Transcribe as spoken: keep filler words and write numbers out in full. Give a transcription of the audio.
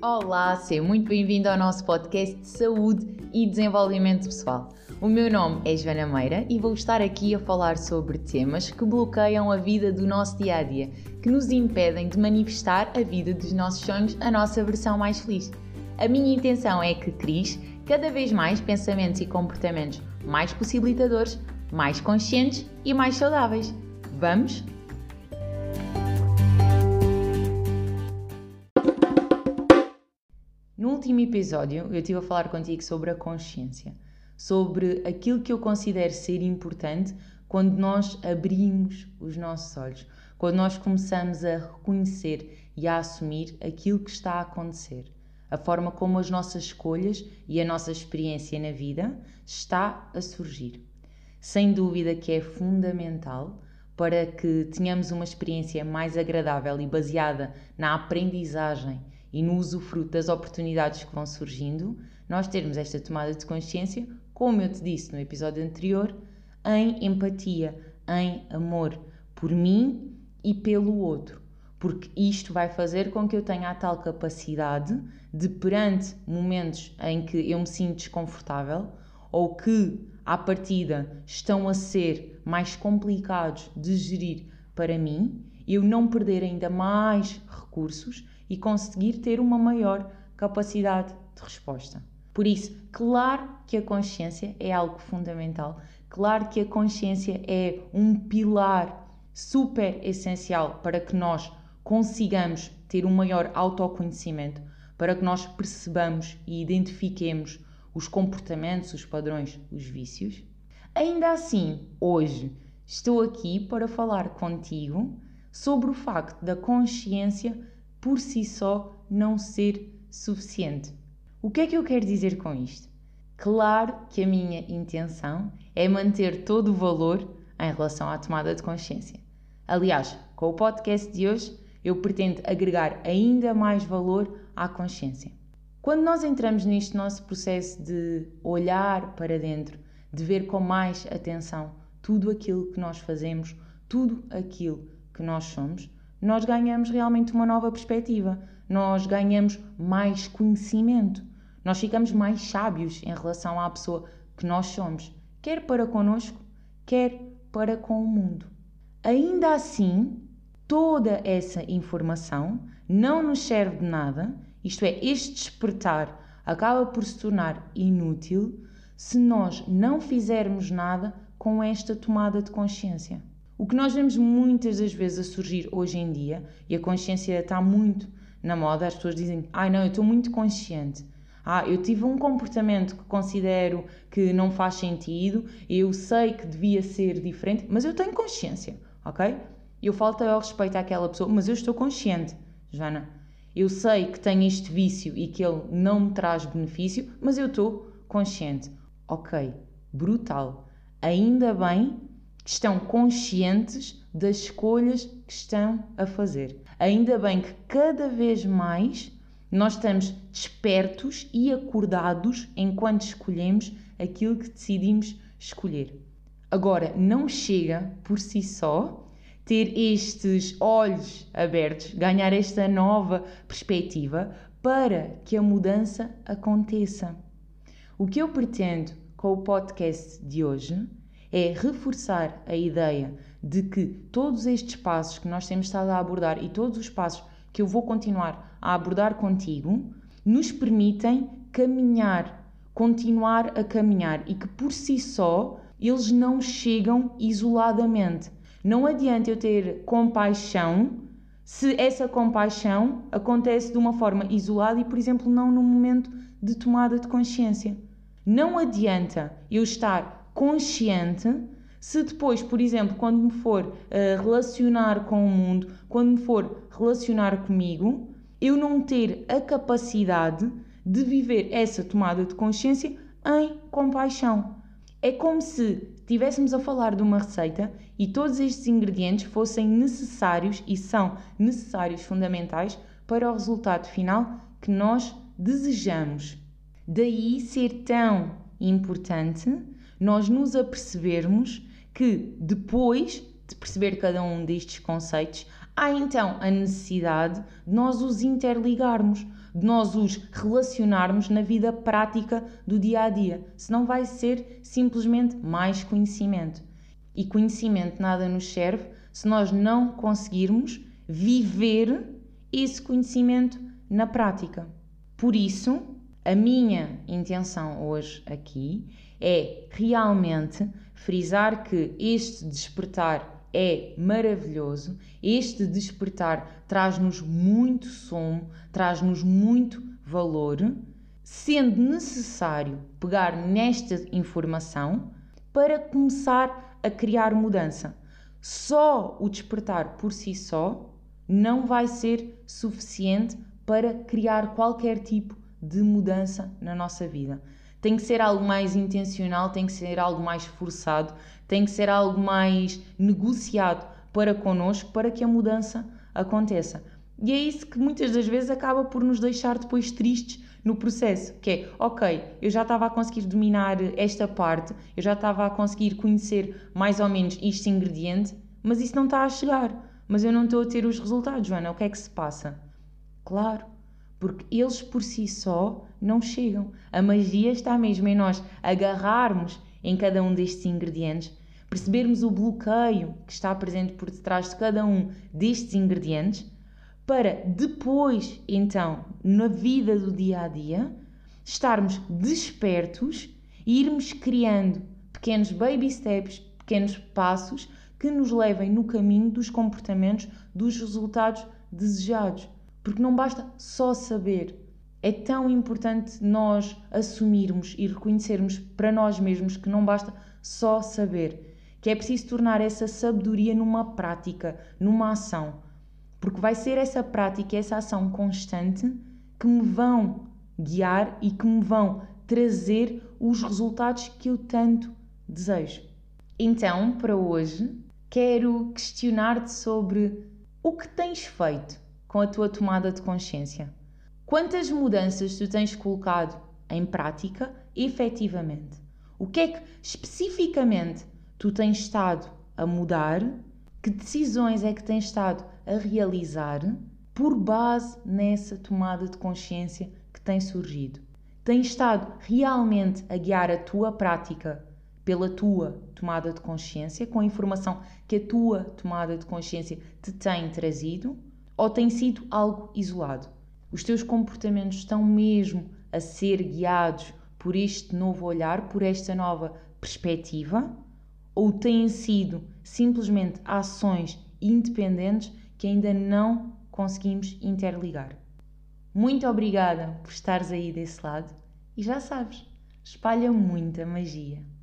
Olá, seja muito bem-vindo ao nosso podcast de saúde e desenvolvimento pessoal. O meu nome é Joana Meira e vou estar aqui a falar sobre temas que bloqueiam a vida do nosso dia-a-dia, que nos impedem de manifestar a vida dos nossos sonhos, a nossa versão mais feliz. A minha intenção é que cries cada vez mais pensamentos e comportamentos mais possibilitadores, mais conscientes e mais saudáveis. Vamos? No último episódio, eu estive a falar contigo sobre a consciência, sobre aquilo que eu considero ser importante quando nós abrimos os nossos olhos, quando nós começamos a reconhecer e a assumir aquilo que está a acontecer, a forma como as nossas escolhas e a nossa experiência na vida está a surgir. Sem dúvida que é fundamental para que tenhamos uma experiência mais agradável e baseada na aprendizagem e no usufruto das oportunidades que vão surgindo, nós termos esta tomada de consciência, como eu te disse no episódio anterior, em empatia, em amor por mim e pelo outro, porque isto vai fazer com que eu tenha a tal capacidade de, perante momentos em que eu me sinto desconfortável ou que, à partida, estão a ser mais complicados de gerir para mim, eu não perder ainda mais recursos e conseguir ter uma maior capacidade de resposta. Por isso, claro que a consciência é algo fundamental, claro que a consciência é um pilar super essencial para que nós consigamos ter um maior autoconhecimento, para que nós percebamos e identifiquemos os comportamentos, os padrões, os vícios. Ainda assim, hoje estou aqui para falar contigo sobre o facto da consciência por si só não ser suficiente. O que é que eu quero dizer com isto? Claro que a minha intenção é manter todo o valor em relação à tomada de consciência. Aliás, com o podcast de hoje, eu pretendo agregar ainda mais valor à consciência. Quando nós entramos neste nosso processo de olhar para dentro, de ver com mais atenção tudo aquilo que nós fazemos, tudo aquilo que nós somos, nós ganhamos realmente uma nova perspectiva, nós ganhamos mais conhecimento, nós ficamos mais sábios em relação à pessoa que nós somos, quer para connosco, quer para com o mundo. Ainda assim, toda essa informação não nos serve de nada, isto é, este despertar acaba por se tornar inútil se nós não fizermos nada com esta tomada de consciência. O que nós vemos muitas das vezes a surgir hoje em dia, e a consciência está muito na moda, as pessoas dizem, ai não, eu estou muito consciente. Ah, eu tive um comportamento que considero que não faz sentido, eu sei que devia ser diferente, mas eu tenho consciência, ok? Eu falto ao respeito àquela pessoa, mas eu estou consciente, Joana. Eu sei que tenho este vício e que ele não me traz benefício, mas eu estou consciente. Ok, brutal. Ainda bem que estão conscientes das escolhas que estão a fazer. Ainda bem que cada vez mais nós estamos despertos e acordados enquanto escolhemos aquilo que decidimos escolher. Agora, não chega por si só ter estes olhos abertos, ganhar esta nova perspectiva para que a mudança aconteça. O que eu pretendo com o podcast de hoje é reforçar a ideia de que todos estes passos que nós temos estado a abordar e todos os passos que eu vou continuar a abordar contigo nos permitem caminhar, continuar a caminhar e que por si só eles não chegam isoladamente. Não adianta eu ter compaixão se essa compaixão acontece de uma forma isolada e, por exemplo, não num momento de tomada de consciência. Não adianta eu estar consciente se depois, por exemplo, quando me for uh, relacionar com o mundo, quando me for relacionar comigo, eu não ter a capacidade de viver essa tomada de consciência em compaixão. É como se estivéssemos a falar de uma receita e todos estes ingredientes fossem necessários e são necessários, fundamentais, para o resultado final que nós desejamos. Daí ser tão importante nós nos apercebermos que depois de perceber cada um destes conceitos, há então a necessidade de nós os interligarmos, de nós os relacionarmos na vida prática do dia a dia. Senão vai ser simplesmente mais conhecimento. E conhecimento nada nos serve se nós não conseguirmos viver esse conhecimento na prática. Por isso, a minha intenção hoje aqui é realmente frisar que este despertar é maravilhoso, este despertar traz-nos muito sono, traz-nos muito valor, sendo necessário pegar nesta informação para começar a criar mudança. Só o despertar por si só não vai ser suficiente para criar qualquer tipo de mudança na nossa vida. Tem que ser algo mais intencional, tem que ser algo mais forçado, tem que ser algo mais negociado para connosco, para que a mudança aconteça. E é isso que muitas das vezes acaba por nos deixar depois tristes no processo, que é, ok, eu já estava a conseguir dominar esta parte, eu já estava a conseguir conhecer mais ou menos este ingrediente, mas isso não está a chegar, mas eu não estou a ter os resultados, Joana, o que é que se passa? Claro, porque eles por si só não chegam. A magia está mesmo em nós agarrarmos em cada um destes ingredientes, percebermos o bloqueio que está presente por detrás de cada um destes ingredientes, para depois, então, na vida do dia a dia, estarmos despertos e irmos criando pequenos baby steps, pequenos passos que nos levem no caminho dos comportamentos, dos resultados desejados. Porque não basta só saber. É tão importante nós assumirmos e reconhecermos para nós mesmos que não basta só saber, que é preciso tornar essa sabedoria numa prática, numa ação. Porque vai ser essa prática, essa ação constante que me vão guiar e que me vão trazer os resultados que eu tanto desejo. Então, para hoje, quero questionar-te sobre o que tens feito com a tua tomada de consciência. Quantas mudanças tu tens colocado em prática, efetivamente? O que é que, especificamente, tu tens estado a mudar? Que decisões é que tens estado a realizar por base nessa tomada de consciência que tem surgido? Tens estado realmente a guiar a tua prática pela tua tomada de consciência, com a informação que a tua tomada de consciência te tem trazido, ou tem sido algo isolado? Os teus comportamentos estão mesmo a ser guiados por este novo olhar, por esta nova perspectiva, ou têm sido simplesmente ações independentes que ainda não conseguimos interligar? Muito obrigada por estares aí desse lado e já sabes, espalha muita magia.